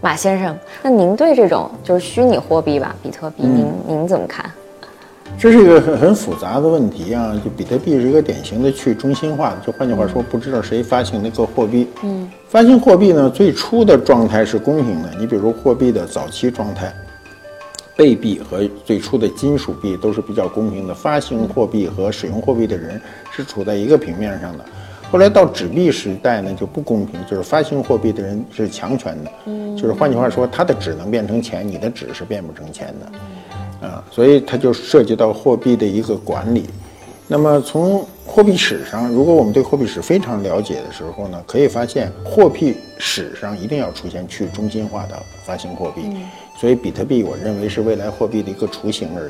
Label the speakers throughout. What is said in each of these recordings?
Speaker 1: 马先生，那您对这种就是虚拟货币吧，比特币，您怎么看？
Speaker 2: 这是一个很复杂的问题啊！就比特币是一个典型的去中心化的，就换句话说，不知道谁发行那个货币。发行货币呢，最初的状态是公平的。你比如说货币的早期状态，贝币和最初的金属币都是比较公平的，发行货币和使用货币的人是处在一个平面上的。后来到纸币时代呢，就不公平，就是发行货币的人是强权的，就是换句话说，他的纸能变成钱，你的纸是变不成钱的。所以它就涉及到货币的一个管理。那么从货币史上，如果我们对货币史非常了解的时候呢，可以发现货币史上一定要出现去中心化的发行货币。所以比特币我认为是未来货币的一个雏形而已。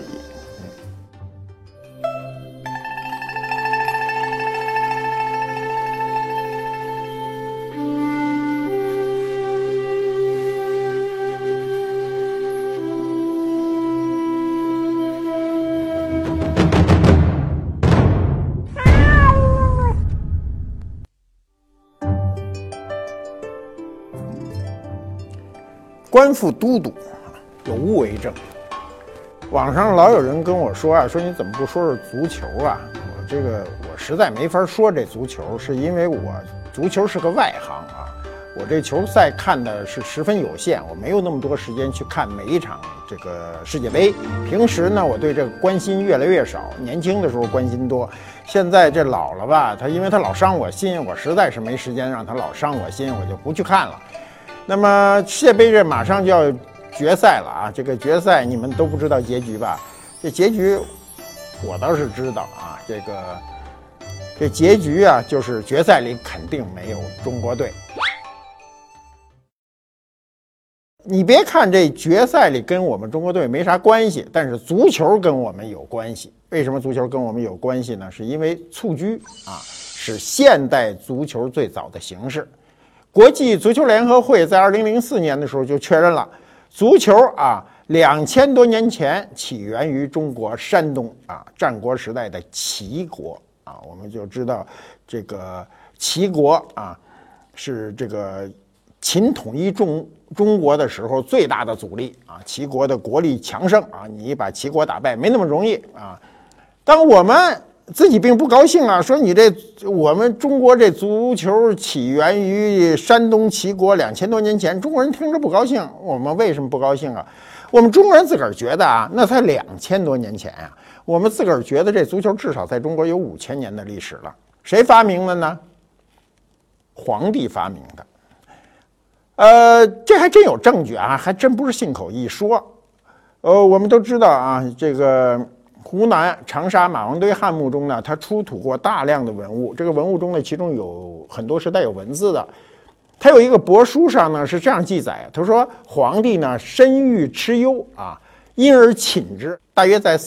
Speaker 2: 官复都督，有物为证。网上老有人跟我说啊，说你怎么不说说足球啊？我实在没法说这足球，是因为足球是个外行啊。我这球赛看的是十分有限，我没有那么多时间去看每一场这个世界杯。平时呢，我对这个关心越来越少，年轻的时候关心多，现在这老了吧，因为他老伤我心，我实在是没时间让他老伤我心，我就不去看了。那么世界杯这马上就要决赛了啊！这个决赛你们都不知道结局吧？这结局我倒是知道啊。这结局啊，就是决赛里肯定没有中国队。你别看这决赛里跟我们中国队没啥关系，但是足球跟我们有关系。为什么足球跟我们有关系呢？是因为蹴鞠啊，是现代足球最早的形式。国际足球联合会在2004年的时候就确认了，足球啊，2000多年前起源于中国山东啊，战国时代的齐国啊，我们就知道这个齐国啊是这个秦统一中国的时候最大的阻力啊，齐国的国力强盛啊，你把齐国打败没那么容易啊。当我们自己并不高兴啊，说我们中国这足球起源于山东齐国2000多年前，中国人听着不高兴。我们为什么不高兴啊？我们中国人自个儿觉得啊，那才2000多年前啊，我们自个儿觉得这足球至少在中国有5000年的历史了。谁发明的呢？皇帝发明的。这还真有证据啊，还真不是信口一说。我们都知道啊，这个湖南长沙马王堆汉墓中呢，它出土过大量的文物。这个文物中呢，其中有很多是带有文字的。它有一个帛书上呢是这样记载，他说皇帝呢深欲蚩尤啊，因而寝之。大约在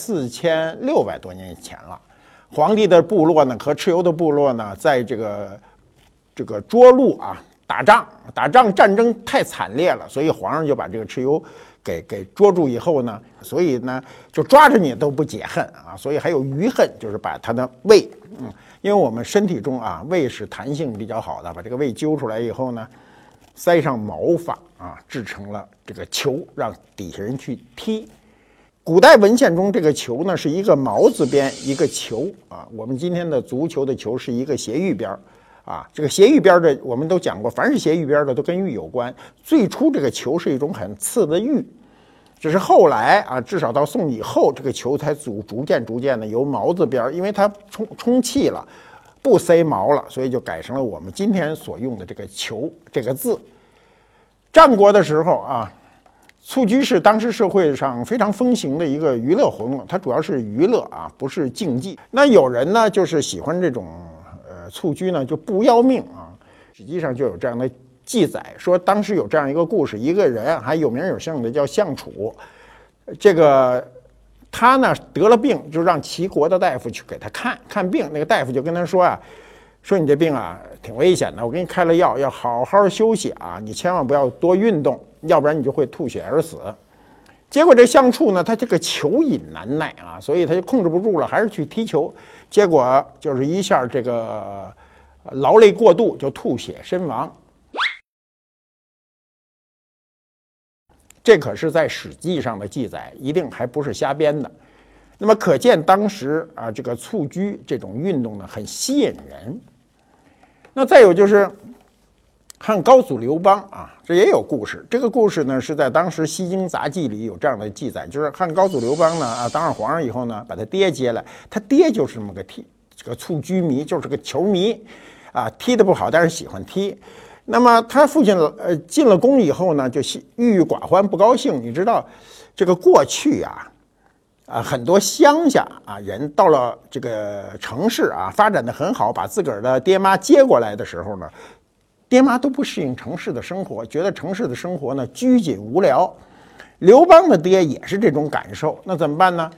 Speaker 2: 4600多年以前了。皇帝的部落呢和蚩尤的部落呢，在这个涿鹿啊打仗战争太惨烈了，所以皇上就把这个蚩尤给捉住以后呢，所以呢就抓着你都不解恨啊，所以还有余恨，就是把他的胃，因为我们身体中啊胃是弹性比较好的，把这个胃揪出来以后呢，塞上毛发啊，制成了这个球，让底下人去踢。古代文献中这个球呢是一个毛字边一个球啊，我们今天的足球的球是一个斜玉边啊，这个斜玉边的我们都讲过，凡是斜玉边的都跟玉有关。最初这个球是一种很次的玉，只是后来啊，至少到宋以后，这个球才逐渐的由毛字边，因为它充气了，不塞毛了，所以就改成了我们今天所用的这个球这个字。战国的时候啊，蹴鞠是当时社会上非常风行的一个娱乐活动，它主要是娱乐啊，不是竞技。那有人呢就是喜欢这种蹴鞠呢就不要命啊，实际上就有这样的记载，说当时有这样一个故事，一个人还有名有姓的叫项楚，这个他呢得了病，就让齐国的大夫去给他看病，那个大夫就跟他说啊，说你这病啊挺危险的，我给你开了药，要好好休息啊，你千万不要多运动，要不然你就会吐血而死。结果这项楚呢，他这个球瘾难耐啊，所以他就控制不住了，还是去踢球，结果就是一下这个劳累过度，就吐血身亡。 这可是在《史记》上的记载，一定还不是瞎编的。那么可见当时啊，这个蹴鞠这种运动呢，很吸引人。那再有就是汉高祖刘邦啊，这也有故事。这个故事呢，是在当时《西京杂记》里有这样的记载，就是汉高祖刘邦呢啊，当上皇上以后呢，把他爹接来，他爹就是这么个这个蹴鞠迷，就是个球迷啊，踢得不好，但是喜欢踢。那么他父亲进了宫以后呢，就郁郁寡欢，不高兴。你知道，这个过去很多乡下人到了这个城市发展得很好，把自个儿的爹妈接过来的时候呢，爹妈都不适应城市的生活，觉得城市的生活呢拘谨无聊。刘邦的爹也是这种感受，那怎么办呢？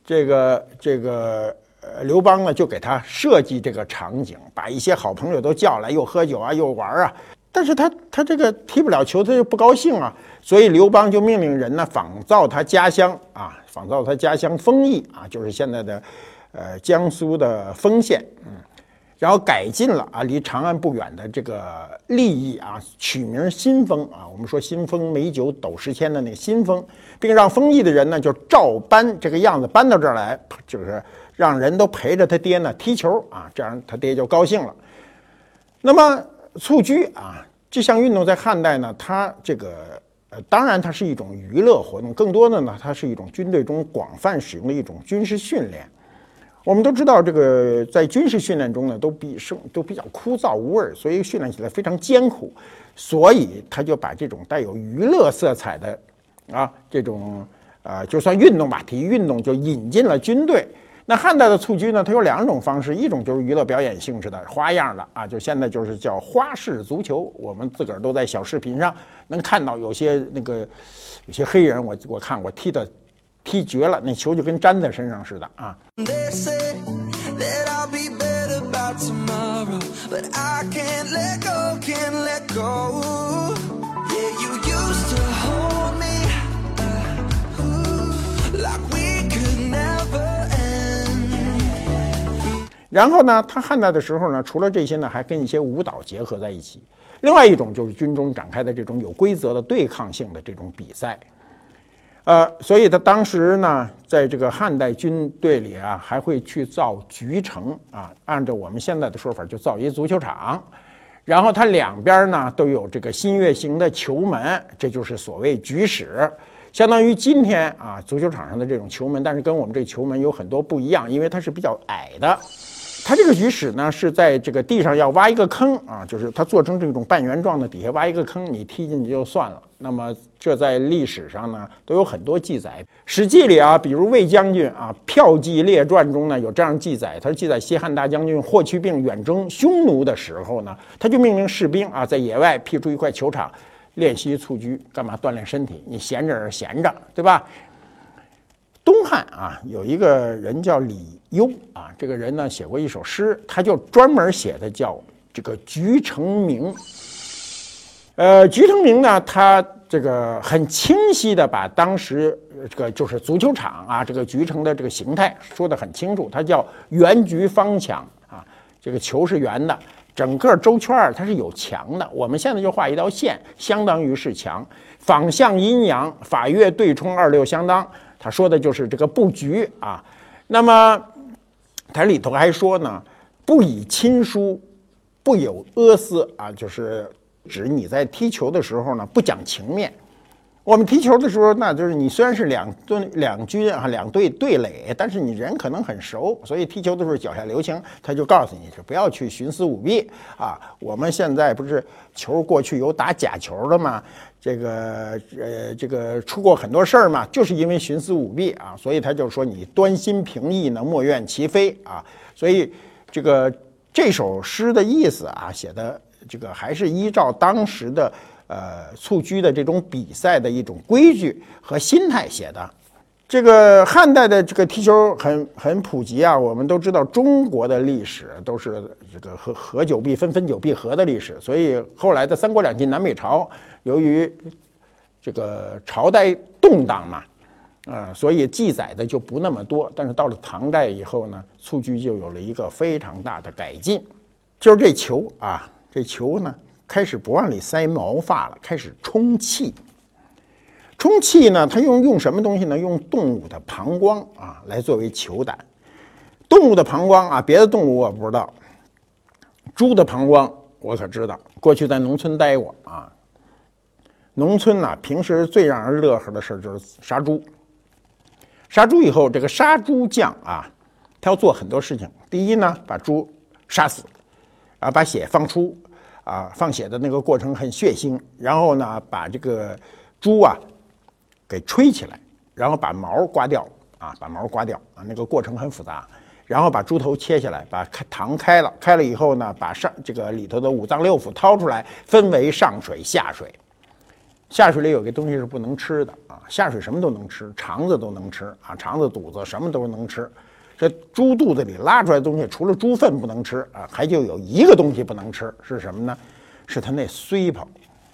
Speaker 2: 刘邦呢就给他设计这个场景，把一些好朋友都叫来，又喝酒又玩但是他这个踢不了球，他就不高兴所以刘邦就命令人呢仿造他家乡丰邑就是现在的江苏的丰县，然后改进了离长安不远的这个利益取名新丰我们说新丰美酒斗十千的那个新丰，并让丰邑的人呢就照搬这个样子搬到这儿来，就是让人都陪着他爹呢踢球这样他爹就高兴了。那么蹴鞠这项运动在汉代呢，它这个当然它是一种娱乐活动，更多的呢它是一种军队中广泛使用的一种军事训练。我们都知道，这个在军事训练中呢，都比较枯燥无味，所以训练起来非常艰苦，所以他就把这种带有娱乐色彩的这种就算运动吧，体育运动就引进了军队。那汉代的蹴鞠呢，它有两种方式，一种就是娱乐表演性质的花样的就现在就是叫花式足球，我们自个儿都在小视频上能看到有些黑人，我看过踢绝了，那球就跟粘在身上似的然后呢，他汉代的时候呢，除了这些呢，还跟一些舞蹈结合在一起。另外一种就是军中展开的这种有规则的对抗性的这种比赛。所以他当时呢，在这个汉代军队里还会去造局城按照我们现在的说法，就造一足球场。然后它两边呢都有这个新月形的球门，这就是所谓局室。相当于今天足球场上的这种球门，但是跟我们这球门有很多不一样，因为它是比较矮的。它这个局室呢是在这个地上要挖一个坑就是它做成这种半圆状的，底下挖一个坑，你踢进去就算了。那么这在历史上呢都有很多记载，《史记》里比如魏将军骠骑列传中呢有这样记载，他是记载西汉大将军霍去病远征匈奴的时候呢，他就命令士兵在野外辟出一块球场练习蹴鞠，干嘛？锻炼身体。你闲着闲着，对吧？东汉有一个人叫李攸这个人呢写过一首诗，他就专门写的叫这个《菊成名》。菊成名呢，他这个很清晰的把当时这个就是足球场这个菊城的这个形态说得很清楚，它叫圆菊方墙这个球是圆的，整个周圈它是有墙的，我们现在就画一条线，相当于是墙，仿象阴阳，法月对冲二六相当。他说的就是这个布局那么他里头还说呢，不以亲疏，不有阿私就是指你在踢球的时候呢不讲情面。我们踢球的时候，那就是你虽然是两队对垒，但是你人可能很熟，所以踢球的时候脚下留情，他就告诉你是不要去徇私舞弊我们现在不是球过去有打假球的吗？这个出过很多事儿嘛，就是因为徇私舞弊所以他就说你端心平易呢，莫怨其非所以这首诗的意思写的这个还是依照当时的蹴鞠的这种比赛的一种规矩和心态写的。这个汉代的这个踢球很普及我们都知道中国的历史都是这个合久必分，分久必合的历史，所以后来的三国两晋南北朝，由于这个朝代动荡嘛所以记载的就不那么多。但是到了唐代以后呢，蹴鞠就有了一个非常大的改进，就是这球这球呢开始不往里塞毛发了，开始充气。 充气呢，它用什么东西呢？用动物的膀胱啊来作为球胆。动物的膀胱啊，别的动物我不知道，猪的膀胱我可知道。过去在农村待过啊，农村呢，平时最让人乐呵的事就是杀猪。杀猪以后，这个杀猪匠啊，他要做很多事情。第一呢，把猪杀死，啊，把血放出，啊，放血的那个过程很血腥。然后呢，把这个猪啊给吹起来，然后把毛刮掉，啊，把毛刮掉，啊，那个过程很复杂。然后把猪头切下来，把膛开了，开了以后呢，把这个里头的五脏六腑掏出来，分为上水、下水。下水里有个东西是不能吃的啊，下水什么都能吃，肠子都能吃啊，肠子、肚子什么都能吃。这猪肚子里拉出来的东西，除了猪粪不能吃啊，还就有一个东西不能吃，是什么呢？是它那髓泡。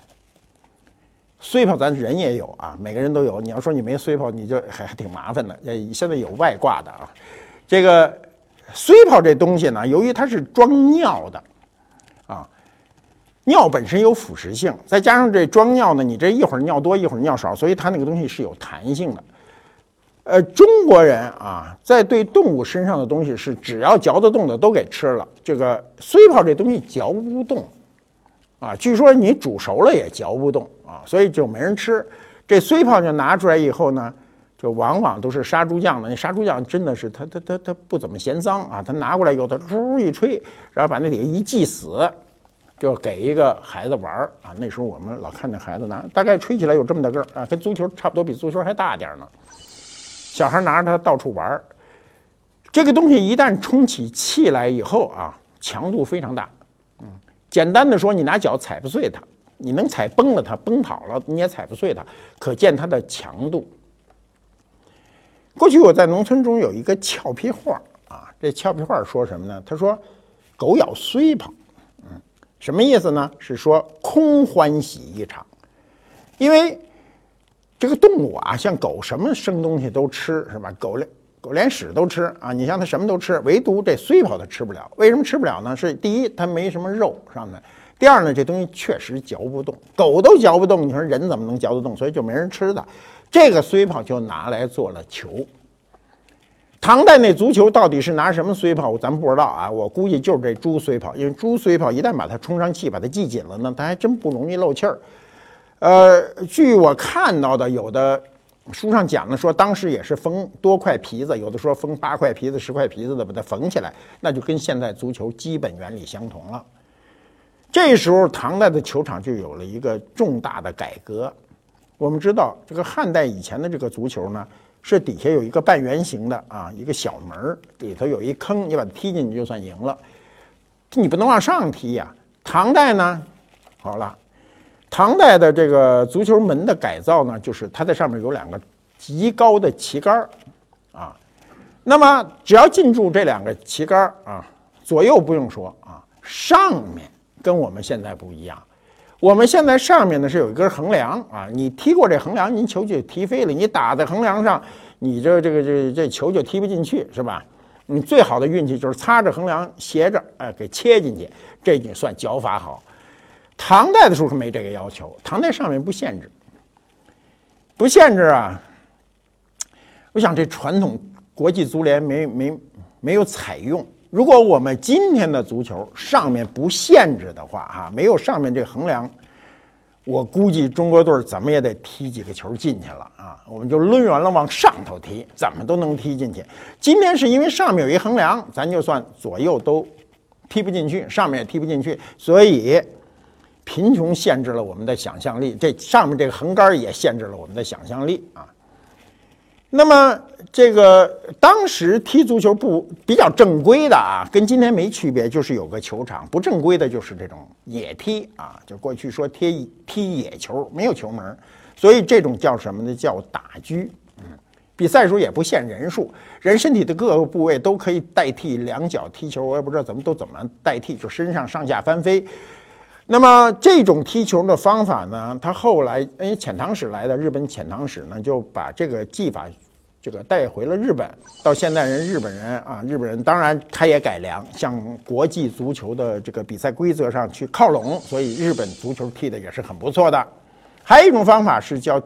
Speaker 2: 髓泡咱人也有啊，每个人都有。你要说你没髓泡，你就还挺麻烦的。现在有外挂的啊，这个髓泡这东西呢，由于它是装尿的，啊，尿本身有腐蚀性，再加上这装尿呢，你这一会儿尿多一会儿尿少，所以它那个东西是有弹性的。中国人啊，在对动物身上的东西是只要嚼得动的都给吃了，这个髓泡这东西嚼不动，啊，据说你煮熟了也嚼不动啊，所以就没人吃。这髓泡就拿出来以后呢，就往往都是杀猪匠的。那杀猪匠真的是他不怎么嫌脏啊，他拿过来以后，他噗一吹，然后把那里一系死，就给一个孩子玩啊。那时候我们老看那孩子拿，大概吹起来有这么大个啊，跟足球差不多，比足球还大点呢。小孩拿着它到处玩，这个东西一旦充起气来以后啊，强度非常大。简单的说，你拿脚踩不碎它，你能踩崩了它，崩跑了你也踩不碎它，可见它的强度。过去我在农村中有一个俏皮话啊，这俏皮话说什么呢？他说狗咬髓泡，什么意思呢？是说空欢喜一场。因为这个动物啊，像狗什么生东西都吃，是吧？狗连屎都吃啊，你像它什么都吃，唯独这髓泡它吃不了。为什么吃不了呢？是第一，它没什么肉上来；第二呢，这东西确实嚼不动，狗都嚼不动，你说人怎么能嚼得动？所以就没人吃它。这个髓泡就拿来做了球。唐代那足球到底是拿什么髓泡，咱不知道啊。我估计就是这猪髓泡，因为猪髓泡一旦把它充上气，把它系紧了呢，它还真不容易漏气儿。据我看到的，有的书上讲的说，当时也是缝多块皮子，有的说缝8块皮子、10块皮子的把它缝起来，那就跟现在足球基本原理相同了。这时候唐代的球场就有了一个重大的改革。我们知道，这个汉代以前的这个足球呢，是底下有一个半圆形的啊，一个小门，里头有一坑，你把它踢进去就算赢了，你不能往上踢呀。唐代呢，好了。唐代的这个足球门的改造呢，就是它在上面有2个极高的旗杆啊，那么只要进驻这2个旗杆啊，左右不用说啊，上面跟我们现在不一样。我们现在上面呢是有一根横梁啊，你踢过这横梁，您球就踢飞了；你打在横梁上，你这球就踢不进去，是吧？你最好的运气就是擦着横梁斜着，给切进去，这也算脚法好。唐代的时候是没这个要求，唐代上面不限制啊。我想这传统国际足联没有采用。如果我们今天的足球上面不限制的话啊，没有上面这横梁，我估计中国队怎么也得踢几个球进去了啊。我们就抡圆了往上头踢，怎么都能踢进去。今天是因为上面有一横梁，咱就算左右都踢不进去，上面也踢不进去，所以贫穷限制了我们的想象力，这上面这个横杆也限制了我们的想象力啊。那么这个当时踢足球比较正规的啊，跟今天没区别，就是有个球场；不正规的就是这种野踢啊，就过去说踢野球，没有球门，所以这种叫什么呢？叫打狙。比赛时候也不限人数，人身体的各个部位都可以代替2脚踢球，我也不知道怎么代替，就身上上下翻飞。那么这种踢球的方法呢，他后来遣唐使来的日本遣唐使呢，就把这个技法带回了日本。到现在日本人当然他也改良，向国际足球的这个比赛规则上去靠拢，所以日本足球踢的也是很不错的。还有一种方法是叫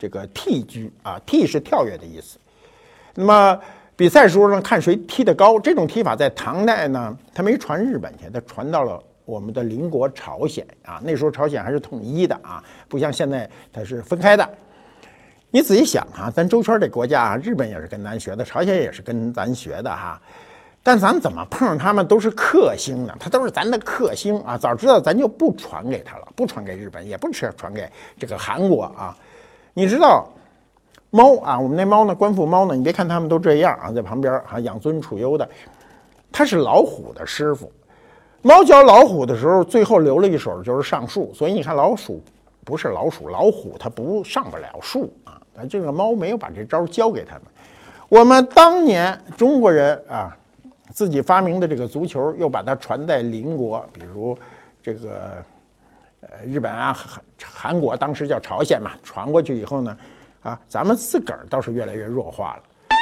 Speaker 2: 这个踢居啊，踢是跳跃的意思。那么比赛时候呢，看谁踢得高。这种踢法在唐代呢，它没传日本去，它传到了我们的邻国朝鲜啊。那时候朝鲜还是统一的啊，不像现在它是分开的。你仔细想啊，咱周圈这国家啊，日本也是跟咱学的，朝鲜也是跟咱学的哈。但咱怎么碰上他们都是克星呢？他都是咱的克星啊！早知道咱就不传给他了，不传给日本，也不传给这个韩国啊。你知道猫啊，我们那猫呢，官府猫呢，你别看他们都这样啊，在旁边啊养尊处优的，它是老虎的师傅。猫教老虎的时候，最后留了一手就是上树，所以你看老鼠不是老鼠，老虎它不上不了树啊。这个猫没有把这招教给他们。我们当年中国人啊，自己发明的这个足球，又把它传在邻国，比如这个日本啊、韩国，当时叫朝鲜嘛，传过去以后呢，啊，咱们自个儿倒是越来越弱化了。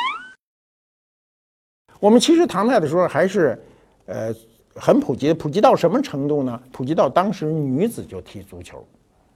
Speaker 2: 我们其实唐代的时候还是很普及的，普及到什么程度呢？普及到当时女子就踢足球。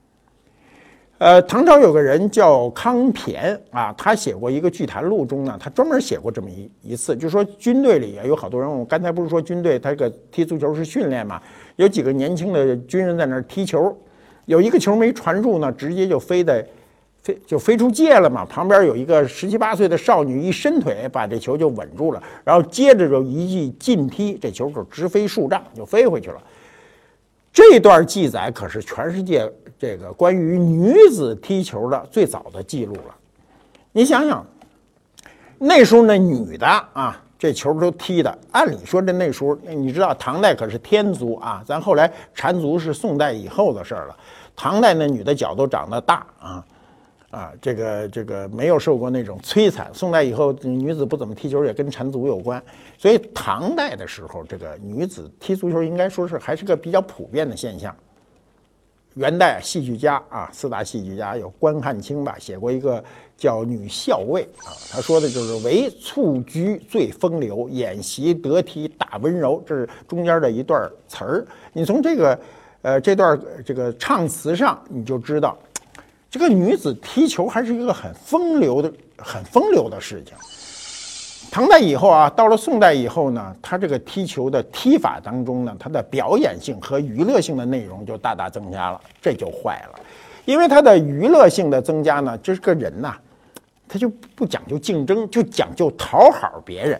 Speaker 2: 唐朝有个人叫康骈啊，他写过一个剧谈录中呢，他专门写过这么一次，就说军队里有好多人，我刚才不是说军队他这个踢足球是训练嘛，有几个年轻的军人在那儿踢球，有一个球没传住呢，直接就飞出界了嘛，旁边有一个17、18岁的少女一伸腿把这球就稳住了，然后接着就一记劲踢，这球就直飞数丈就飞回去了。这段记载可是全世界这个关于女子踢球的最早的记录了。你想想，那时候那女的啊，这球都踢的，按理说那时候你知道唐代可是天足啊，咱后来缠足是宋代以后的事了。唐代那女的脚都长得大啊，这个没有受过那种摧残。宋代以后女子不怎么踢球，也跟缠足有关。所以唐代的时候，这个女子踢足球应该说是还是个比较普遍的现象。元代戏剧家啊，四大戏剧家有关汉卿吧，写过一个叫《女校尉》啊，他说的就是唯蹴鞠最风流，演习得体大温柔，这是中间的一段词儿。你从这个这段这个唱词上，你就知道这个女子踢球还是一个很风流的事情。唐代以后啊，到了宋代以后呢，它这个踢球的踢法当中呢，它的表演性和娱乐性的内容就大大增加了，这就坏了。因为它的娱乐性的增加呢，这个人呐，他就不讲究竞争，就讲究讨好别人。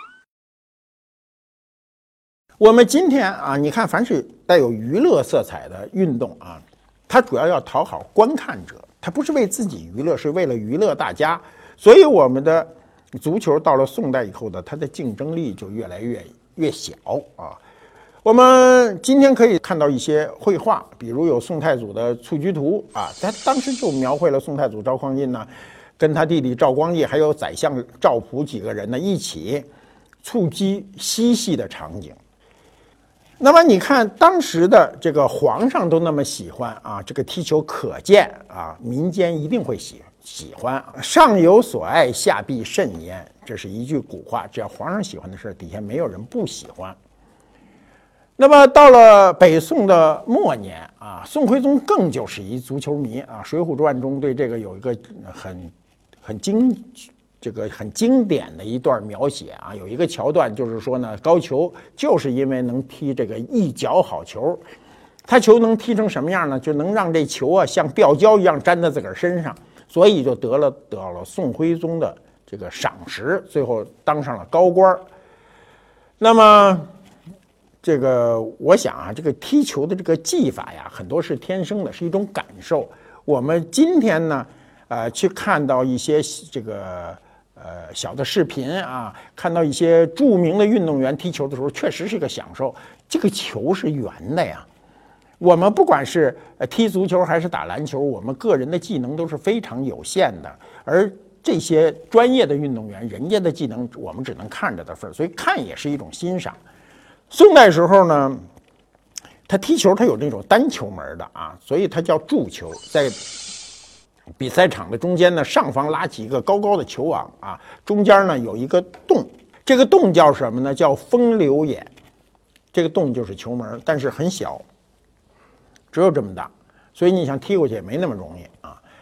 Speaker 2: 我们今天啊，你看，凡是带有娱乐色彩的运动啊，它主要讨好观看者，它不是为自己娱乐，是为了娱乐大家。所以我们的足球到了宋代以后呢，它的竞争力就越来越小啊。我们今天可以看到一些绘画，比如有宋太祖的蹴鞠图啊，他当时就描绘了宋太祖赵匡胤呢，跟他弟弟赵光义还有宰相赵普几个人呢一起蹴鞠嬉戏的场景。那么你看当时的这个皇上都那么喜欢啊，这个踢球可见啊，民间一定会喜欢。上有所爱，下必甚焉，这是一句古话，只要皇上喜欢的事，底下没有人不喜欢。那么到了北宋的末年啊，宋徽宗更就是一足球迷啊，《水浒传》中对这个有一个很经典的一段描写啊，有一个桥段就是说呢，高俅就是因为能踢这个一脚好球，他球能踢成什么样呢？就能让这球啊像吊胶一样粘在自个儿身上，所以就得到了宋徽宗的这个赏识，最后当上了高官。那么这个我想啊，这个踢球的这个技法呀，很多是天生的，是一种感受。我们今天呢，去看到一些这个小的视频啊，看到一些著名的运动员踢球的时候，确实是一个享受。这个球是圆的呀。我们不管是踢足球还是打篮球，我们个人的技能都是非常有限的，而这些专业的运动员，人家的技能我们只能看着的份儿，所以看也是一种欣赏。宋代时候呢，他踢球他有那种单球门的啊，所以他叫柱球，在比赛场的中间呢，上方拉起一个高高的球网啊，中间呢有一个洞，这个洞叫什么呢？叫风流眼。这个洞就是球门，但是很小，只有这么大，所以你想踢过去也没那么容易啊。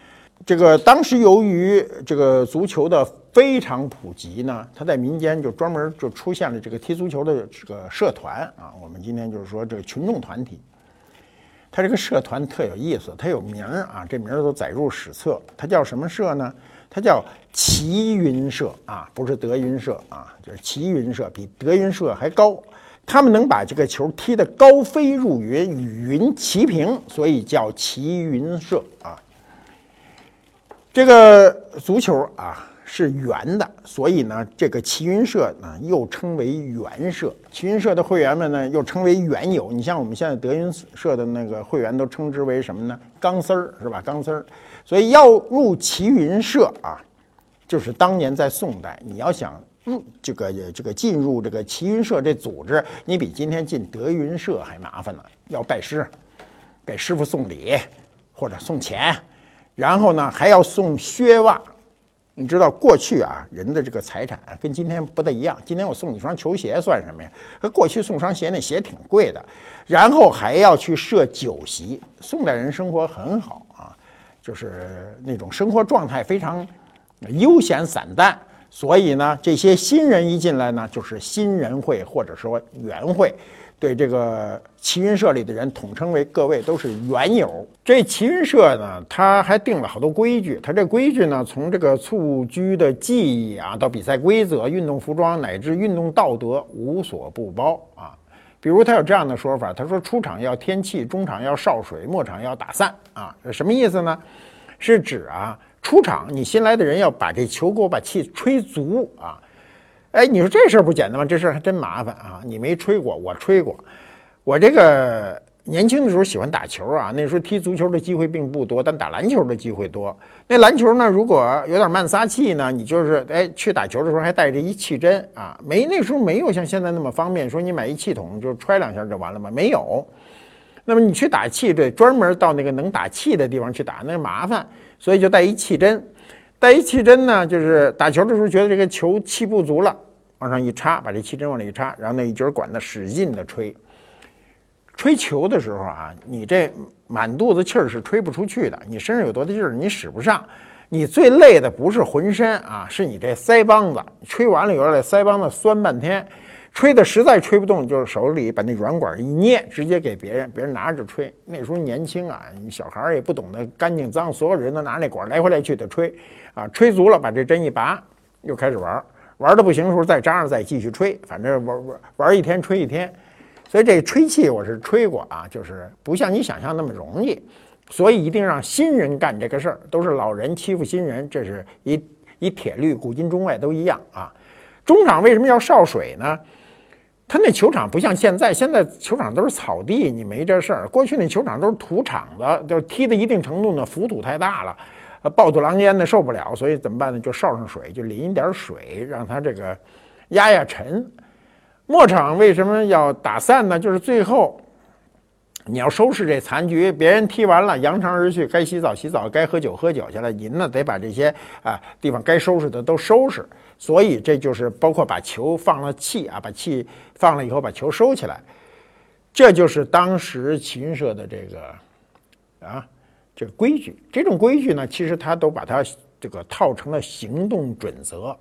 Speaker 2: 这个当时由于这个足球的非常普及呢，它在民间就专门就出现了这个踢足球的这个社团啊。我们今天就是说这个群众团体，它这个社团特有意思，它有名啊，这名都载入史册。它叫什么社呢？它叫齐云社啊，不是德云社啊，就是齐云社，比德云社还高。他们能把这个球踢得高飞入云，与云齐平，所以叫齐云社啊。这个足球啊是圆的，所以呢，这个齐云社呢又称为圆社。齐云社的会员们呢又称为圆友。你像我们现在德云社的那个会员都称之为什么呢？钢丝儿是吧？钢丝儿。所以要入齐云社啊，就是当年在宋代，你要想入这个进入这个齐云社这组织，你比今天进德云社还麻烦呢。要拜师，给师傅送礼或者送钱。然后呢，还要送靴袜。你知道过去啊，人的这个财产跟今天不太一样。今天我送你双球鞋算什么呀？过去送双鞋，那鞋挺贵的。然后还要去设酒席。宋代人生活很好啊，就是那种生活状态非常悠闲散淡。所以呢，这些新人一进来呢，就是新人会或者说员会。对这个齐云社里的人统称为各位都是员友。这齐云社呢，他还定了好多规矩。他这规矩呢，从这个蹴鞠的技艺啊，到比赛规则、运动服装乃至运动道德，无所不包啊。比如他有这样的说法，他说出场要添气，中场要少水，末场要打散啊。什么意思呢？是指啊，出场你新来的人要把这球给我把气吹足啊。哎，你说这事儿不简单吗？这事儿还真麻烦啊！你没吹过，我吹过。我这个年轻的时候喜欢打球啊，那时候踢足球的机会并不多，但打篮球的机会多。那篮球呢，如果有点慢撒气呢，你就是去打球的时候还带着一气针啊。那时候没有像现在那么方便，说你买一气筒就揣两下就完了吗？没有。那么你去打气，对，专门到那个能打气的地方去打，那麻烦，所以就带一气针。带一气针呢，就是打球的时候觉得这个球气不足了，往上一插，把这气针往里一插，然后那一节管子使劲的吹。吹球的时候啊，你这满肚子气儿是吹不出去的，你身上有多大劲儿你使不上。你最累的不是浑身啊，是你这腮帮子。吹完了以后，这腮帮子酸半天，吹的实在吹不动，就是手里把那软管一捏，直接给别人拿着就吹。那时候年轻啊，小孩也不懂得干净脏，所有人都拿那管来回来去的吹啊，吹足了把这针一拔，又开始玩的不行的时候再扎上再继续吹，反正玩一天吹一天。所以这吹气我是吹过啊，就是不像你想象那么容易，所以一定让新人干这个事儿，都是老人欺负新人，这是一铁律，古今中外都一样啊。中场为什么要少水呢？他那球场不像现在球场都是草地，你没这事儿。过去那球场都是土场子，就踢到一定程度呢，浮土太大了，暴土狼烟的受不了，所以怎么办呢？就少上水，就淋一点水，让它这个压沉。末场为什么要打散呢？就是最后你要收拾这残局，别人踢完了扬长而去，该洗澡洗澡，该喝酒喝酒去了，您呢得把这些地方该收拾的都收拾。所以这就是包括把球放了气啊，把气放了以后把球收起来，这就是当时齐云社的这个规矩。这种规矩呢，其实他都把它这个套成了行动准则。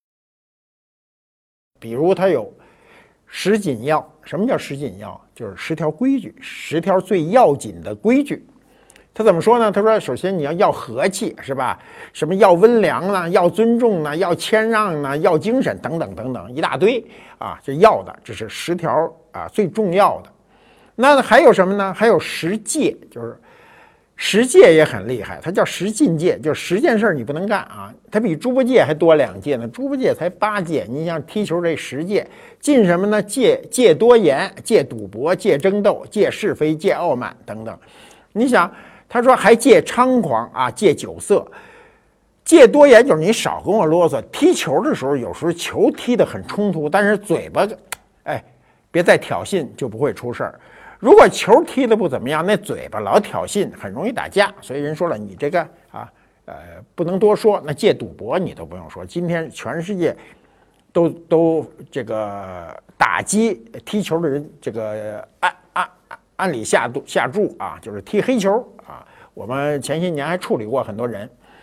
Speaker 2: 比如他有10紧要。什么叫10紧要？就是10条规矩，10条最要紧的规矩。他怎么说呢？他说首先你要和气，是吧？什么要温良呢，要尊重呢，要谦让呢，要精神等等等等一大堆啊，这要的，这是10条啊最重要的。那还有什么呢？还有10戒，就是10戒也很厉害，它叫10禁戒，就是10件事你不能干啊。它比猪八戒还多2戒呢，猪八戒才8戒。你像踢球这10戒，禁什么呢？戒多言，戒赌博，戒争斗，戒是非，戒傲慢等等。你想，他说还戒猖狂啊，戒酒色，戒多言就是你少跟我啰嗦。踢球的时候，有时候球踢得很冲突，但是嘴巴，别再挑衅，就不会出事儿。如果球踢得不怎么样，那嘴巴老挑衅，很容易打架。所以人说了，你这个不能多说。那戒赌博你都不用说，今天全世界都这个打击踢球的人，这个按理下注啊，就是踢黑球啊。我们前些年还处理过很多人，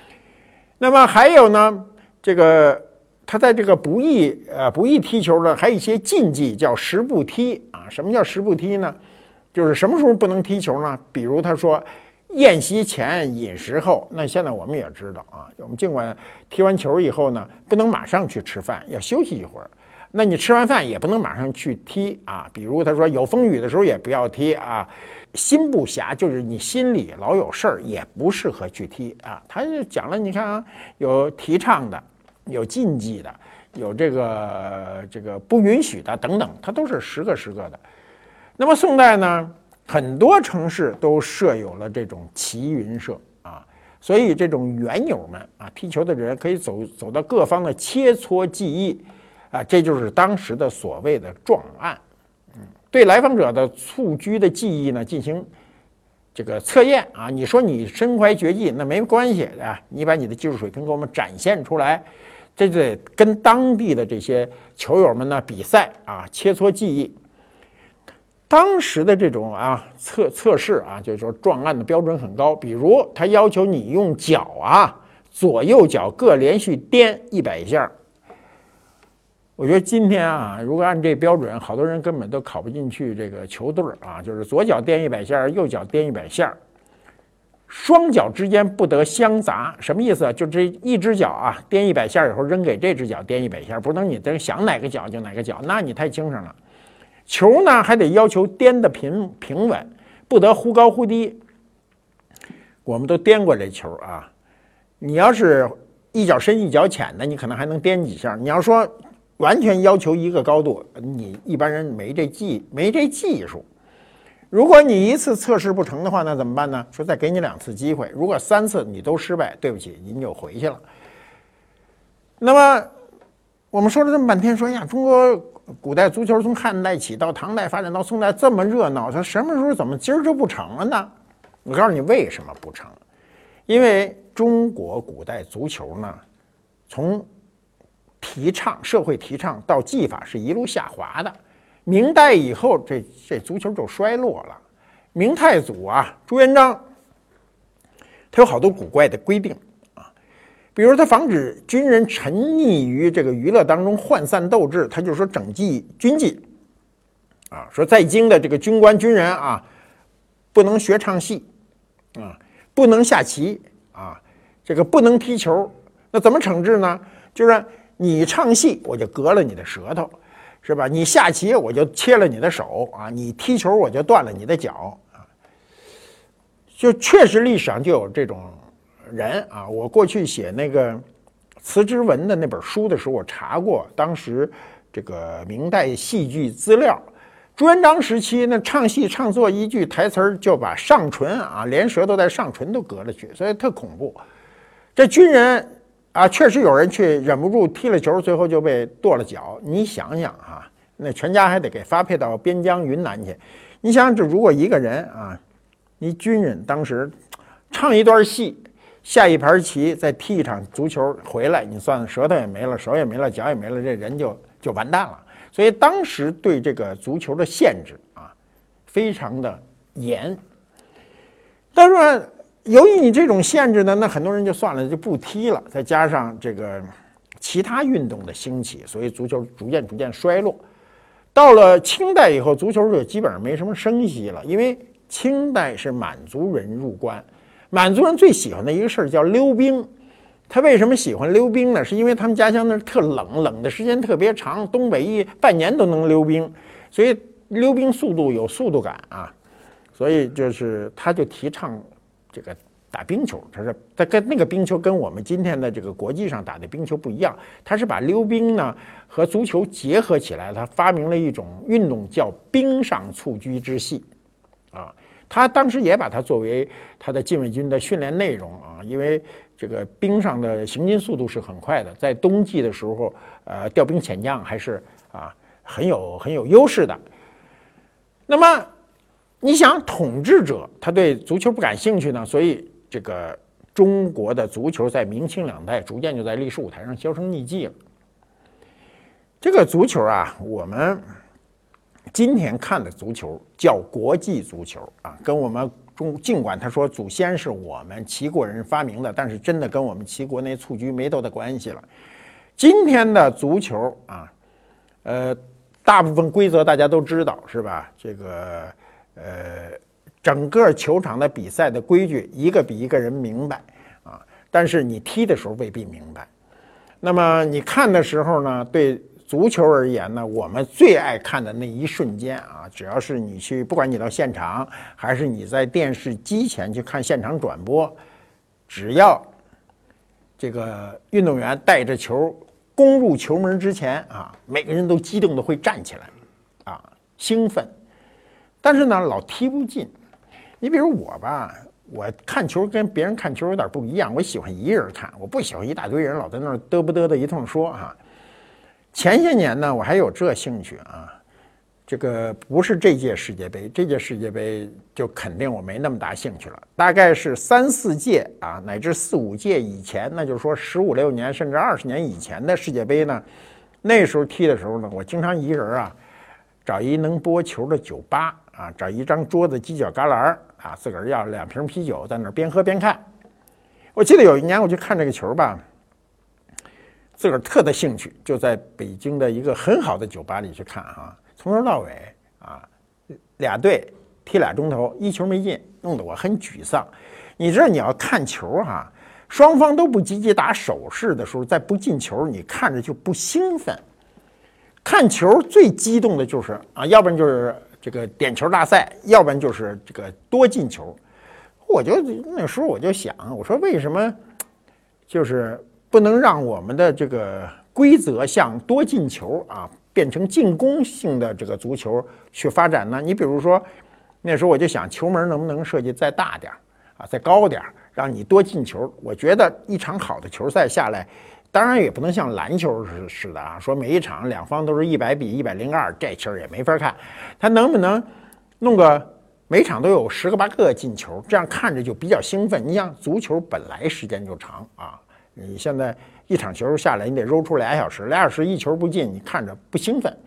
Speaker 2: 那么还有呢，这个他在这个不义踢球呢，还有一些禁忌，叫十不踢啊。什么叫十不踢呢？就是什么时候不能踢球呢？比如他说宴席前饮食后，那现在我们也知道啊，我们尽管踢完球以后呢，不能马上去吃饭，要休息一会儿。那你吃完饭也不能马上去踢啊。比如他说有风雨的时候也不要踢啊。心不暇，就是你心里老有事儿，也不适合去踢啊。他就讲了，你看啊，有提倡的，有禁忌的，有这个不允许的等等，它都是十个的。那么宋代呢，很多城市都设有了这种骑云社啊，所以这种园友们啊，踢球的人可以走到各方的切磋技艺啊，这就是当时的所谓的壮案。对来访者的蹴鞠的技艺呢进行这个测验啊，你说你身怀绝技那没关系啊，你把你的技术水平给我们展现出来，这得跟当地的这些球友们呢比赛啊，切磋技艺。当时的这种测试啊，就是说壮案的标准很高，比如他要求你用脚啊，左右脚各连续颠100下。我觉得今天啊，如果按这标准，好多人根本都考不进去这个球队啊，就是左脚颠100下，右脚颠100下，双脚之间不得相杂。什么意思啊？就这一只脚啊颠100下以后扔给这只脚颠100下，不能你想哪个脚就哪个脚，那你太精神了。球呢还得要求颠得平稳，不得忽高忽低。我们都颠过这球啊，你要是一脚深一脚浅的，你可能还能颠几下。你要说完全要求一个高度，你一般人没这技术。如果你一次测试不成的话，那怎么办呢？说再给你2次机会，如果3次你都失败，对不起，您就回去了。那么我们说了这么半天，说呀，中国古代足球从汉代起到唐代发展到宋代这么热闹，它什么时候怎么今儿就不成了呢？我告诉你为什么不成，因为中国古代足球呢，从社会提倡到技法是一路下滑的。明代以后，这足球就衰落了。明太祖啊，朱元璋，他有好多古怪的规定啊，比如他防止军人沉溺于这个娱乐当中涣散斗志，他就说整纪军纪啊，说在京的这个军官军人啊，不能学唱戏啊，不能下棋啊，这个不能踢球。那怎么惩治呢？就是你唱戏，我就割了你的舌头，是吧？你下棋，我就切了你的手啊！你踢球，我就断了你的脚啊！就确实历史上就有这种人啊。我过去写那个辞职文的那本书的时候，我查过当时这个明代戏剧资料。朱元璋时期呢，唱戏唱错一句台词就把上唇啊，连舌头带上唇都割了去，所以特恐怖。这军人啊，确实有人去忍不住踢了球，最后就被剁了脚。你想想啊，那全家还得给发配到边疆云南去。你想想，这如果一个人啊，一军人当时唱一段戏，下一盘棋，再踢一场足球回来，你算舌头也没了，手也没了，脚也没了，这人就完蛋了。所以当时对这个足球的限制啊，非常的严。但是呢，由于你这种限制呢，那很多人就算了，就不踢了。再加上这个其他运动的兴起，所以足球逐渐衰落。到了清代以后，足球就基本上没什么声息了，因为清代是满族人入关，满族人最喜欢的一个事儿叫溜冰。他为什么喜欢溜冰呢？是因为他们家乡那特冷，冷的时间特别长，东北半年都能溜冰，所以溜冰有速度感啊。所以他就提倡这个打冰球，他跟那个冰球跟我们今天的这个国际上打的冰球不一样，他是把溜冰呢和足球结合起来，他发明了一种运动叫冰上蹴鞠之戏啊。他当时也把它作为他的禁卫军的训练内容啊，因为这个冰上的行进速度是很快的，在冬季的时候，调兵遣将还是很有优势的。那么你想，统治者他对足球不感兴趣呢，所以这个中国的足球在明清两代逐渐就在历史舞台上销声匿迹了。这个足球啊，我们今天看的足球叫国际足球啊，跟我们尽管他说祖先是我们齐国人发明的，但是真的跟我们齐国那蹴鞠没多大关系了。今天的足球啊，大部分规则大家都知道是吧？这个整个球场的比赛的规矩一个比一个人明白啊，但是你踢的时候未必明白。那么你看的时候呢，对足球而言呢，我们最爱看的那一瞬间啊，只要是你去，不管你到现场还是你在电视机前去看现场转播，只要这个运动员带着球攻入球门之前啊，每个人都激动的会站起来啊，兴奋。但是呢，老踢不进。你比如我吧，我看球跟别人看球有点不一样，我喜欢一人看，我不喜欢一大堆人老在那儿嘚不嘚的一通说哈。前些年呢，我还有这兴趣啊，这个不是这届世界杯，这届世界杯就肯定我没那么大兴趣了。大概是3、4届啊，乃至4、5届以前，那就是说15、16年甚至20年以前的世界杯呢，那时候踢的时候呢，我经常一人啊，找一能播球的酒吧啊，找一张桌子犄角旮旯啊，自个儿要2瓶啤酒，在那儿边喝边看。我记得有一年我去看这个球吧，自个儿特的兴趣，就在北京的一个很好的酒吧里去看啊，从头到尾啊，2队踢2钟头，1球没进，弄得我很沮丧。你知道你要看球哈，双方都不积极打手势的时候，再不进球，你看着就不兴奋。看球最激动的就是啊，要不然就是这个点球大赛，要不然就是这个多进球。我就那时候我就想，我说为什么就是不能让我们的这个规则向多进球啊，变成进攻性的这个足球去发展呢？你比如说那时候我就想，球门能不能设计再大点啊，再高点，让你多进球。我觉得一场好的球赛下来，当然也不能像篮球似的啊，说每一场2方都是100比102，这球也没法看。他能不能弄个每场都有10个8个进球，这样看着就比较兴奋。你像足球本来时间就长啊，你现在一场球下来，你得揉出2小时，2小时1球不进，你看着不兴奋。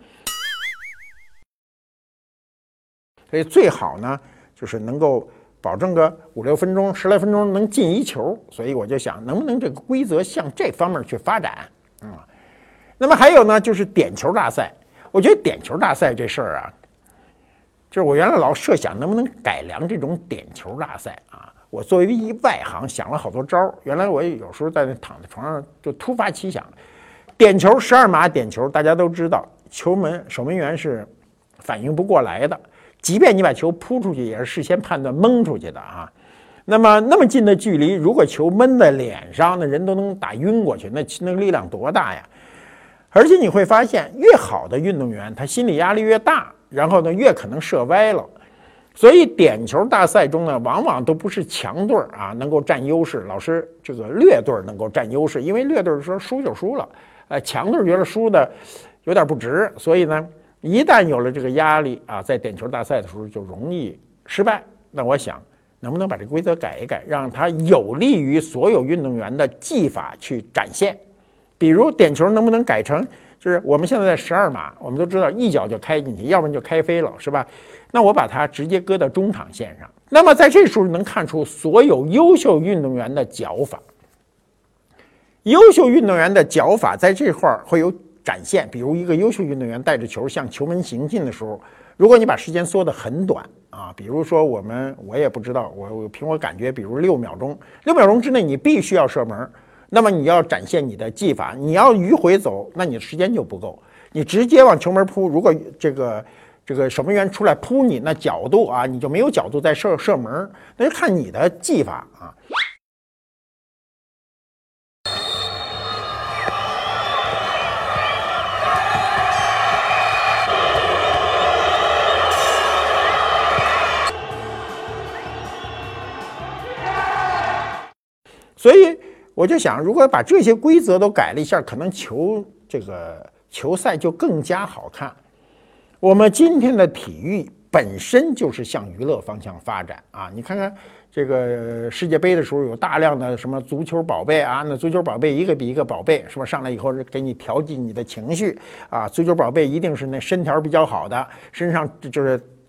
Speaker 2: 所以最好呢，就是能够保证个5、6分钟、10来分钟能进1球。所以我就想，能不能这个规则向这方面去发展啊？那么还有呢，就是点球大赛。我觉得点球大赛这事儿啊，就是我原来老设想能不能改良这种点球大赛啊。我作为一外行想了好多招儿。原来我有时候在那躺在床上就突发奇想，点球12码点球，大家都知道，球门守门员是反应不过来的。即便你把球扑出去，也是事先判断蒙出去的啊。那么近的距离，如果球闷在脸上，那人都能打晕过去，那力量多大呀！而且你会发现，越好的运动员，他心理压力越大，然后呢，越可能射歪了。所以点球大赛中呢，往往都不是强队啊能够占优势，老是这个劣队能够占优势，因为劣队说输就输了，强队觉得输的有点不值，所以呢，一旦有了这个压力啊，在点球大赛的时候就容易失败。那我想，能不能把这个规则改一改，让它有利于所有运动员的技法去展现？比如点球能不能改成，就是我们现在在12码，我们都知道一脚就开进去，要不然就开飞了，是吧？那我把它直接搁到中场线上，那么在这时候能看出所有优秀运动员的脚法。优秀运动员的脚法在这块会有展现，比如一个优秀运动员带着球向球门行进的时候，如果你把时间缩得很短啊，比如说我也不知道，我凭我感觉，比如6秒钟，6秒钟之内你必须要射门，那么你要展现你的技法，你要迂回走，那你的时间就不够，你直接往球门扑，如果这个守门员出来扑你，那角度啊，你就没有角度再射门，那就看你的技法啊。所以我就想，如果把这些规则都改了一下，可能球赛就更加好看。我们今天的体育本身就是向娱乐方向发展啊！你看看这个世界杯的时候，有大量的什么足球宝贝啊，那足球宝贝一个比一个宝贝，是吧？上来以后是给你调剂你的情绪啊，足球宝贝一定是那身条比较好的，身上就是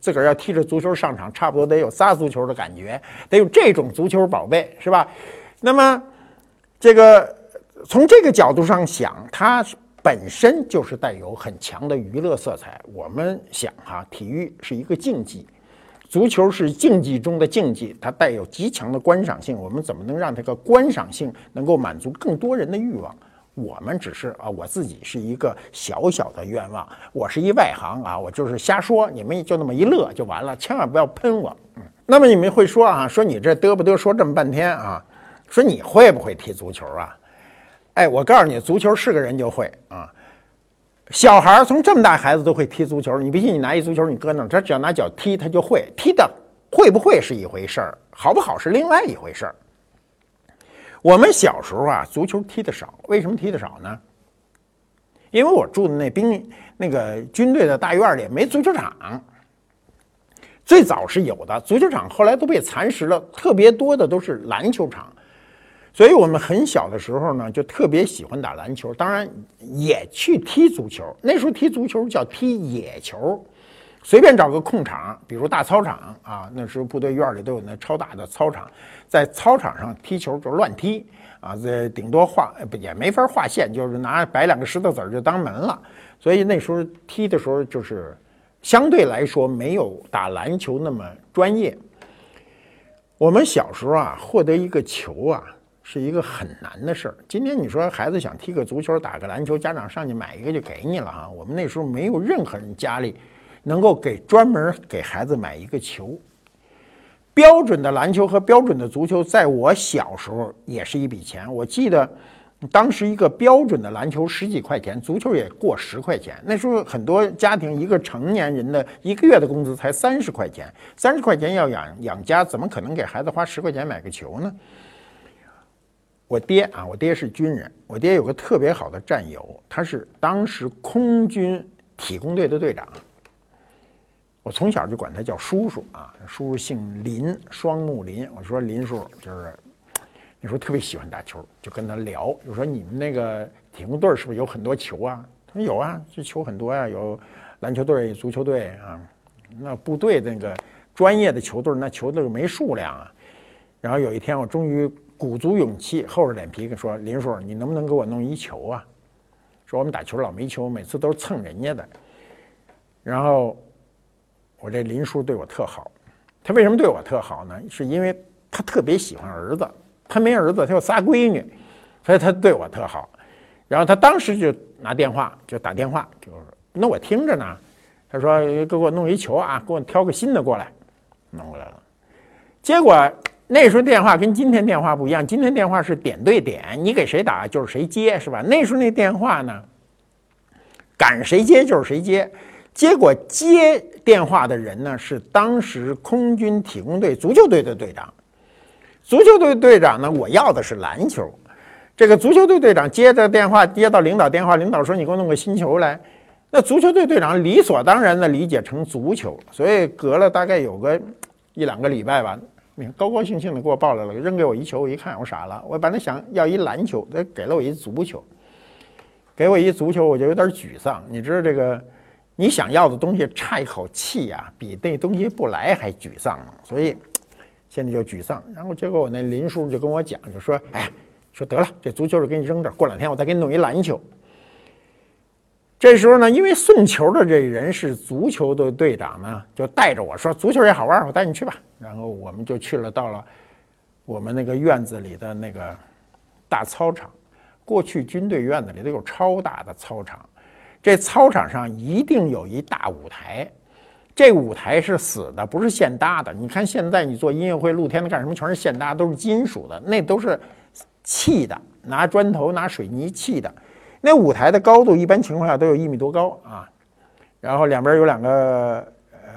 Speaker 2: 自个儿要踢着足球上场，差不多得有撒足球的感觉，得有这种足球宝贝，是吧？那么这个从这个角度上想，它本身就是带有很强的娱乐色彩。我们想体育是一个竞技，足球是竞技中的竞技，它带有极强的观赏性。我们怎么能让这个观赏性能够满足更多人的欲望？我们只是我自己是一个小小的愿望，我是一外行我就是瞎说，你们就那么一乐就完了，千万不要喷我。那么你们会说说你这嘚不嘚说这么半天说你会不会踢足球啊？哎，我告诉你，足球是个人就会小孩从这么大孩子都会踢足球，你不信你拿一足球你搁那，他只要拿脚踢他就会，踢的会不会是一回事儿，好不好是另外一回事儿。我们小时候足球踢得少，为什么踢得少呢？因为我住的那个军队的大院里没足球场，最早是有的足球场，后来都被蚕食了，特别多的都是篮球场。所以我们很小的时候呢，就特别喜欢打篮球，当然也去踢足球。那时候踢足球叫踢野球，随便找个空场，比如大操场那时候部队院里都有那超大的操场，在操场上踢球就乱踢这顶多也没法画线，就是摆两个石头子就当门了。所以那时候踢的时候就是相对来说没有打篮球那么专业。我们小时候获得一个球是一个很难的事儿。今天你说孩子想踢个足球、打个篮球，家长上去买一个就给你了我们那时候没有任何人家里能够专门给孩子买一个球。标准的篮球和标准的足球，在我小时候也是一笔钱。我记得当时一个标准的篮球10几块钱，足球也过10块钱。那时候很多家庭一个成年人的一个月的工资才30块钱，30块钱要养家，怎么可能给孩子花10块钱买个球呢？我爹是军人，我爹有个特别好的战友，他是当时空军体工队的队长。我从小就管他叫叔叔叔叔姓林，双木林。我说林叔，就是那时候特别喜欢打球，就跟他聊，就说你们那个体工队是不是有很多球啊？他说有这球很多有篮球队、足球队那部队那个专业的球队，那球队没数量然后有一天我终于鼓足勇气，厚着脸皮说：“林叔，你能不能给我弄一球说我们打球老没球，每次都是蹭人家的。”然后我这林叔对我特好，他为什么对我特好呢？是因为他特别喜欢儿子，他没儿子，他有仨闺女，所以他对我特好。然后他当时就打电话，就那我听着呢，他说给我弄一球给我挑个新的过来，弄过来了。结果那时候电话跟今天电话不一样，今天电话是点对点，你给谁打就是谁接，是吧？那时候那电话呢，赶谁接就是谁接。结果接电话的人呢，是当时空军体工队足球队的队长。足球队队长呢，我要的是篮球。这个足球队队长接着电话，接到领导电话，领导说你给我弄个新球来。那足球队队长理所当然的理解成足球，所以隔了大概有个1、2个礼拜吧，高高兴兴的给我抱来了，扔给我一球。我一看我傻了，我本来想要一篮球，他给了我一足球。给我一足球我就有点沮丧。你知道这个你想要的东西差一口气比那东西不来还沮丧呢，所以现在就沮丧。然后结果我那林叔就跟我讲，就说说得了，这足球就给你扔这儿，过2天我再给你弄一篮球。这时候呢，因为送球的这人是足球的队长呢，就带着我说足球也好玩，我带你去吧。然后我们就到了我们那个院子里的那个大操场。过去军队院子里都有超大的操场，这操场上一定有一大舞台，这舞台是死的，不是现搭的。你看现在你做音乐会、露天的干什么，全是现搭，都是金属的，那都是砌的，拿砖头、拿水泥砌的。那舞台的高度一般情况下都有1米多高然后两边有2个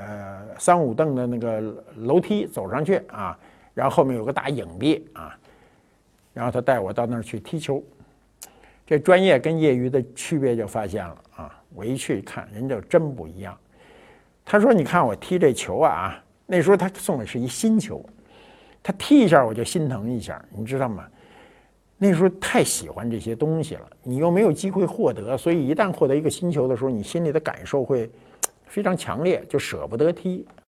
Speaker 2: 3、5凳的那个楼梯走上去然后后面有个大影壁然后他带我到那儿去踢球。这专业跟业余的区别就发现了我一去看，人就真不一样。他说：“你看我踢这球那时候他送的是一新球，他踢一下我就心疼一下，你知道吗？那时候太喜欢这些东西了，你又没有机会获得，所以一旦获得一个新球的时候，你心里的感受会非常强烈，就舍不得踢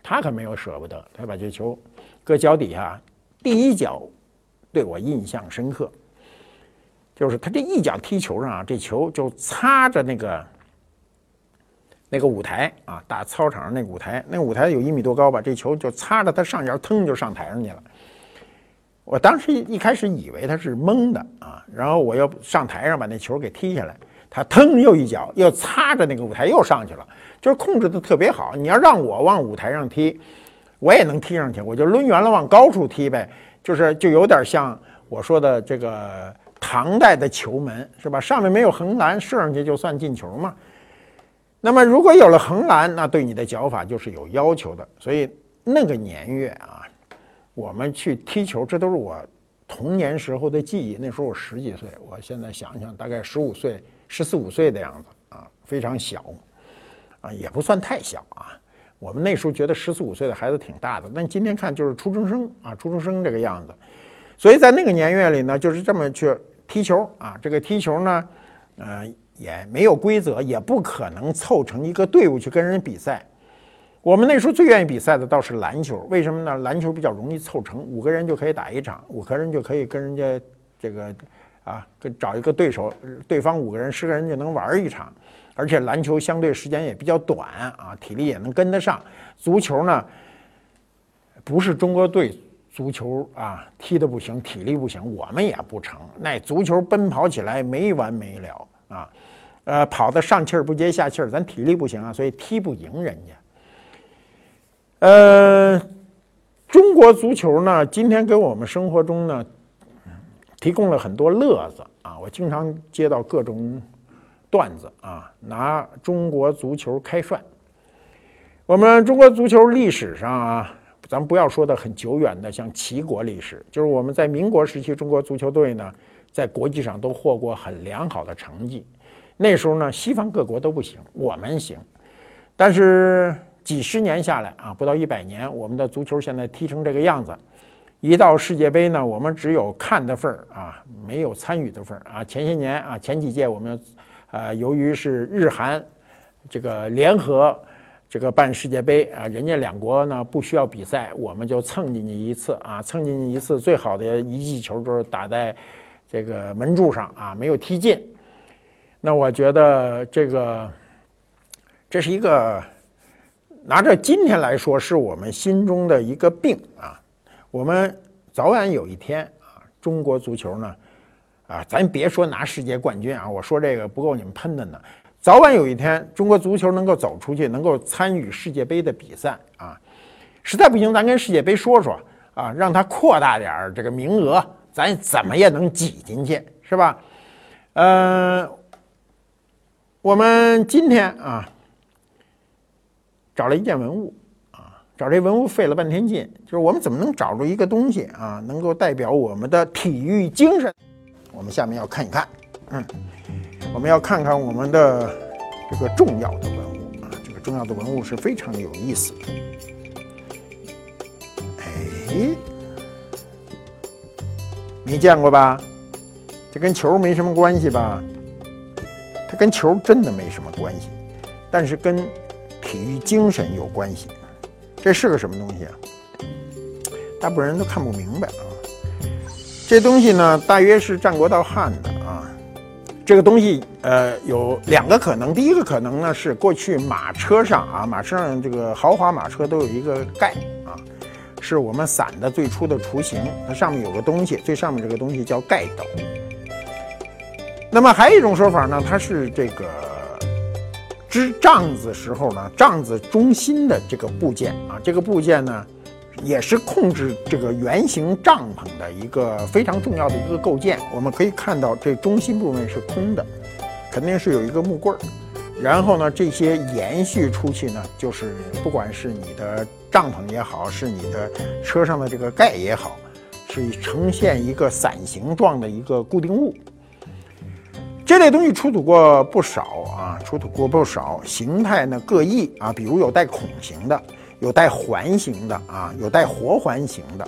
Speaker 2: 他可没有舍不得，他把这球搁脚底下，第一脚对我印象深刻，就是他这一脚踢球上啊，这球就擦着那个舞台啊，大操场上那个舞台，那个舞台有1米多高吧，这球就擦着他上沿，腾就上台上去了。我当时一开始以为他是蒙的啊，然后我又上台上把那球给踢下来，他腾又一脚又擦着那个舞台又上去了。就是控制的特别好，你要让我往舞台上踢，我也能踢上去，我就抡圆了往高处踢呗，就有点像我说的这个唐代的球门是吧？上面没有横栏，射上去就算进球嘛。那么如果有了横栏，那对你的脚法就是有要求的。所以那个年月啊，我们去踢球，这都是我童年时候的记忆。那时候我10几岁，我现在想想大概15岁、14、15岁的样子啊，非常小。也不算太小啊，我们那时候觉得14、15岁的孩子挺大的，但今天看就是初中生啊，初中生这个样子。所以在那个年月里呢，就是这么去踢球啊。这个踢球呢，也没有规则，也不可能凑成一个队伍去跟人比赛。我们那时候最愿意比赛的倒是篮球，为什么呢？篮球比较容易凑成，5个人就可以打一场，5个人就可以跟人家这个找一个对手，对方5个人、10个人就能玩一场。而且篮球相对时间也比较短啊，体力也能跟得上。足球呢，不是中国队足球啊踢得不行，体力不行，我们也不成。那足球奔跑起来没完没了啊，跑得上气儿不接下气儿，咱体力不行啊，所以踢不赢人家。中国足球呢，今天给我们生活中呢提供了很多乐子啊，我经常接到各种段子啊，拿中国足球开涮。我们中国足球历史上啊，咱们不要说的很久远的，像齐国历史，就是我们在民国时期，中国足球队呢，在国际上都获过很良好的成绩。那时候呢，西方各国都不行，我们行。但是几十年下来啊，不到100年，我们的足球现在踢成这个样子。一到世界杯呢，我们只有看的份儿啊，没有参与的份儿啊。前些年啊，前几届我们由于是日韩这个联合这个办世界杯啊，人家2国呢不需要比赛，我们就蹭进去一次啊，蹭进去一次，最好的一记球就是打在这个门柱上啊，没有踢进。那我觉得这是一个拿着今天来说，是我们心中的一个病啊。我们早晚有一天啊，中国足球呢。咱别说拿世界冠军啊，我说这个不够你们喷的呢。早晚有一天，中国足球能够走出去，能够参与世界杯的比赛啊。实在不行，咱跟世界杯说说啊，让它扩大点这个名额，咱怎么也能挤进去，是吧？我们今天啊，找了一件文物啊，找这文物费了半天劲，就是我们怎么能找着一个东西啊，能够代表我们的体育精神。我们下面要看一看，我们要看看我们的这个重要的文物啊，这个重要的文物是非常有意思的。没见过吧？这跟球没什么关系吧？它跟球真的没什么关系，但是跟体育精神有关系。这是个什么东西啊？大部分人都看不明白啊。这东西呢，大约是战国到汉的啊。这个东西有2个可能，第一个可能呢是过去马车上啊，马车上这个豪华马车都有一个盖啊，是我们伞的最初的雏形，它上面有个东西，最上面这个东西叫盖斗。那么还有一种说法呢，它是这个织帐子时候呢，帐子中心的这个部件啊，这个部件呢。也是控制这个圆形帐篷的一个非常重要的一个构件。我们可以看到，这中心部分是空的，肯定是有一个木棍儿。然后呢，这些延续出去呢，就是不管是你的帐篷也好，是你的车上的这个盖也好，是呈现一个伞形状的一个固定物。这类东西出土过不少啊，形态呢各异啊，比如有带孔形的。有带环形的啊，有带活环形的，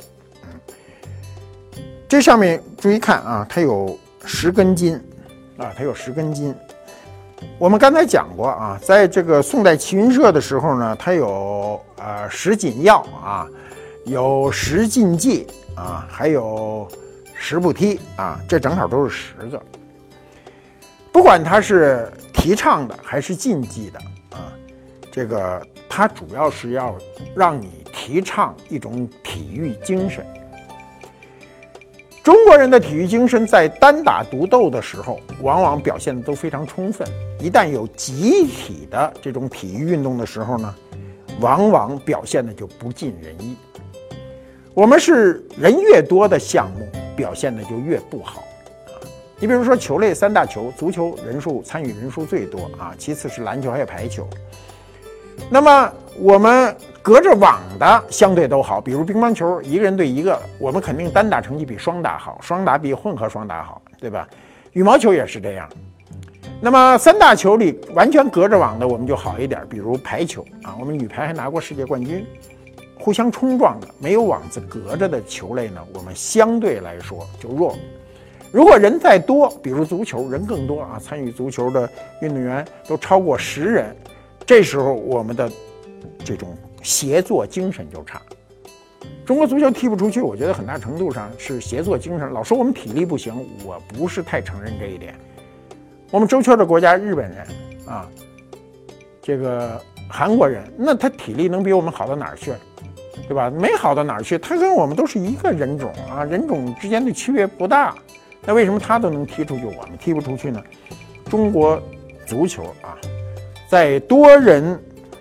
Speaker 2: 这上面注意看啊，它有10根筋啊，它有10根筋。 我们刚才讲过啊，在这个宋代齐云社的时候呢，它有10锦要啊，有10禁戒啊，还有10不踢啊，这正好都是10个。不管它是提倡的还是禁忌的啊，这个它主要是要让你提倡一种体育精神。中国人的体育精神在单打独斗的时候，往往表现的都非常充分。一旦有集体的这种体育运动的时候呢，往往表现的就不尽人意。我们是人越多的项目，表现的就越不好。你比如说球类3大球，足球参与人数最多啊，其次是篮球还有排球。那么我们隔着网的相对都好，比如乒乓球1个人对1个，我们肯定单打成绩比双打好，双打比混合双打好，对吧？羽毛球也是这样。那么3大球里完全隔着网的我们就好一点，比如排球啊，我们女排还拿过世界冠军。互相冲撞的没有网子隔着的球类呢，我们相对来说就弱。如果人再多，比如足球人更多啊，参与足球的运动员都超过10人，这时候我们的这种协作精神就差。中国足球踢不出去，我觉得很大程度上是协作精神。老说我们体力不行，我不是太承认这一点。我们周圈的国家日本人啊，这个韩国人，那他体力能比我们好到哪儿去？对吧？没好到哪儿去，他跟我们都是一个人种啊，人种之间的区别不大。那为什么他都能踢出去，我们踢不出去呢？中国足球啊，在多人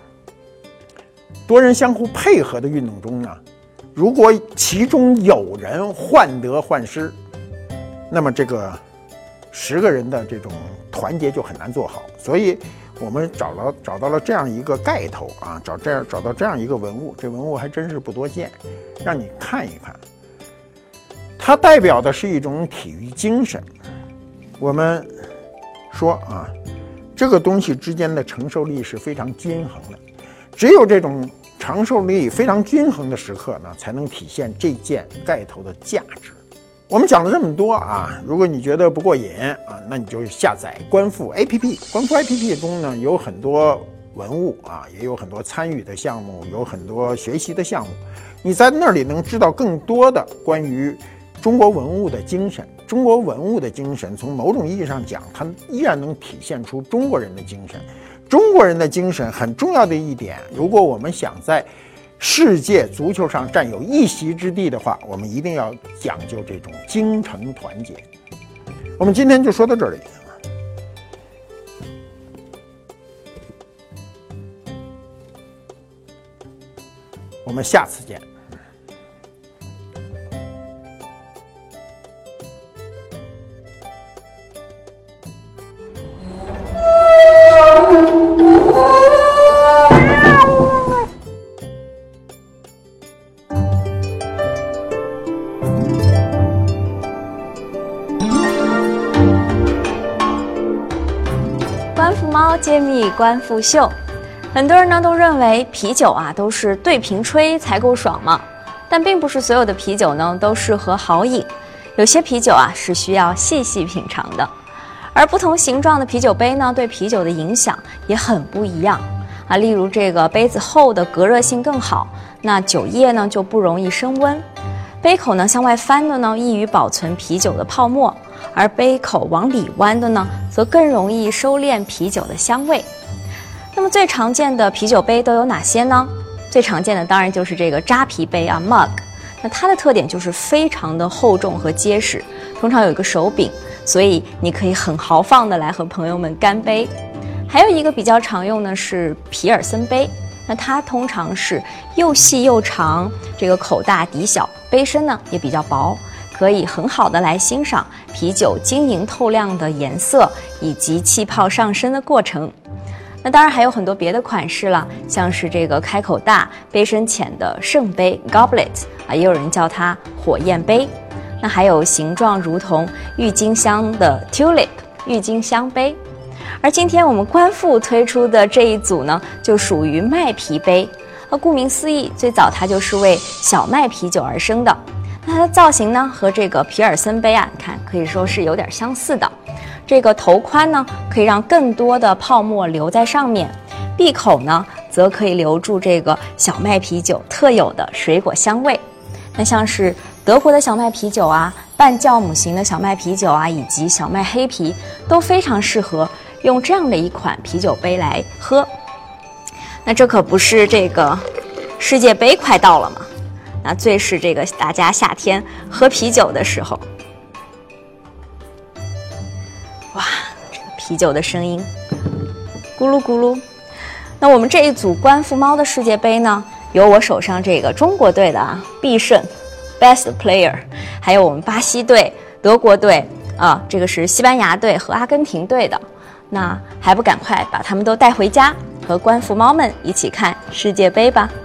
Speaker 2: 相互配合的运动中呢，如果其中有人患得患失，那么这个10个人的这种团结就很难做好。所以我们找到了这样一个盖头啊，找到这样一个文物，这文物还真是不多见，让你看一看。它代表的是一种体育精神。我们说啊，这个东西之间的承受力是非常均衡的，只有这种承受力非常均衡的时刻呢，才能体现这件盖头的价值。我们讲了这么多啊，如果你觉得不过瘾啊，那你就下载观复 APP。观复 APP 中呢，有很多文物啊，也有很多参与的项目，有很多学习的项目。你在那里能知道更多的关于中国文物的精神。中国文物的精神，从某种意义上讲，它依然能体现出中国人的精神。中国人的精神很重要的一点，如果我们想在世界足球上占有一席之地的话，我们一定要讲究这种精诚团结。我们今天就说到这里，我们下次见。
Speaker 1: 观复猫揭秘观复秀，很多人呢都认为啤酒啊都是对瓶吹才够爽嘛，但并不是所有的啤酒呢都适合豪饮，有些啤酒啊是需要细细品尝的，而不同形状的啤酒杯呢对啤酒的影响也很不一样啊。例如这个杯子厚的隔热性更好，那酒液呢就不容易升温；杯口呢向外翻的呢易于保存啤酒的泡沫。而杯口往里弯的呢，则更容易收敛啤酒的香味。那么最常见的啤酒杯都有哪些呢？最常见的当然就是这个扎啤杯啊 ，mug。那它的特点就是非常的厚重和结实，通常有一个手柄，所以你可以很豪放的来和朋友们干杯。还有一个比较常用的是皮尔森杯，那它通常是又细又长，这个口大底小，杯身呢也比较薄。可以很好的来欣赏啤酒晶莹透亮的颜色以及气泡上升的过程。那当然还有很多别的款式了，像是这个开口大、杯身浅的圣杯 goblet 啊，也有人叫它火焰杯。那还有形状如同郁金香的 tulip 郁金香杯。而今天我们观复推出的这一组呢，就属于麦啤杯。顾名思义，最早它就是为小麦啤酒而生的。那它的造型呢，和这个皮尔森杯啊，你看可以说是有点相似的。 这个头宽呢，可以让更多的泡沫留在上面，闭口呢，则可以留住这个小麦啤酒特有的水果香味。那像是德国的小麦啤酒啊，半酵母型的小麦啤酒啊，以及小麦黑啤，都非常适合用这样的一款啤酒杯来喝。那这可不是这个世界杯快到了吗？那最是这个大家夏天喝啤酒的时候。哇，这个啤酒的声音，咕噜咕噜。那我们这一组观复猫的世界杯呢，有我手上这个中国队的啊必胜 Best Player， 还有我们巴西队、德国队啊，这个是西班牙队和阿根廷队的。那还不赶快把他们都带回家，和观复猫们一起看世界杯吧。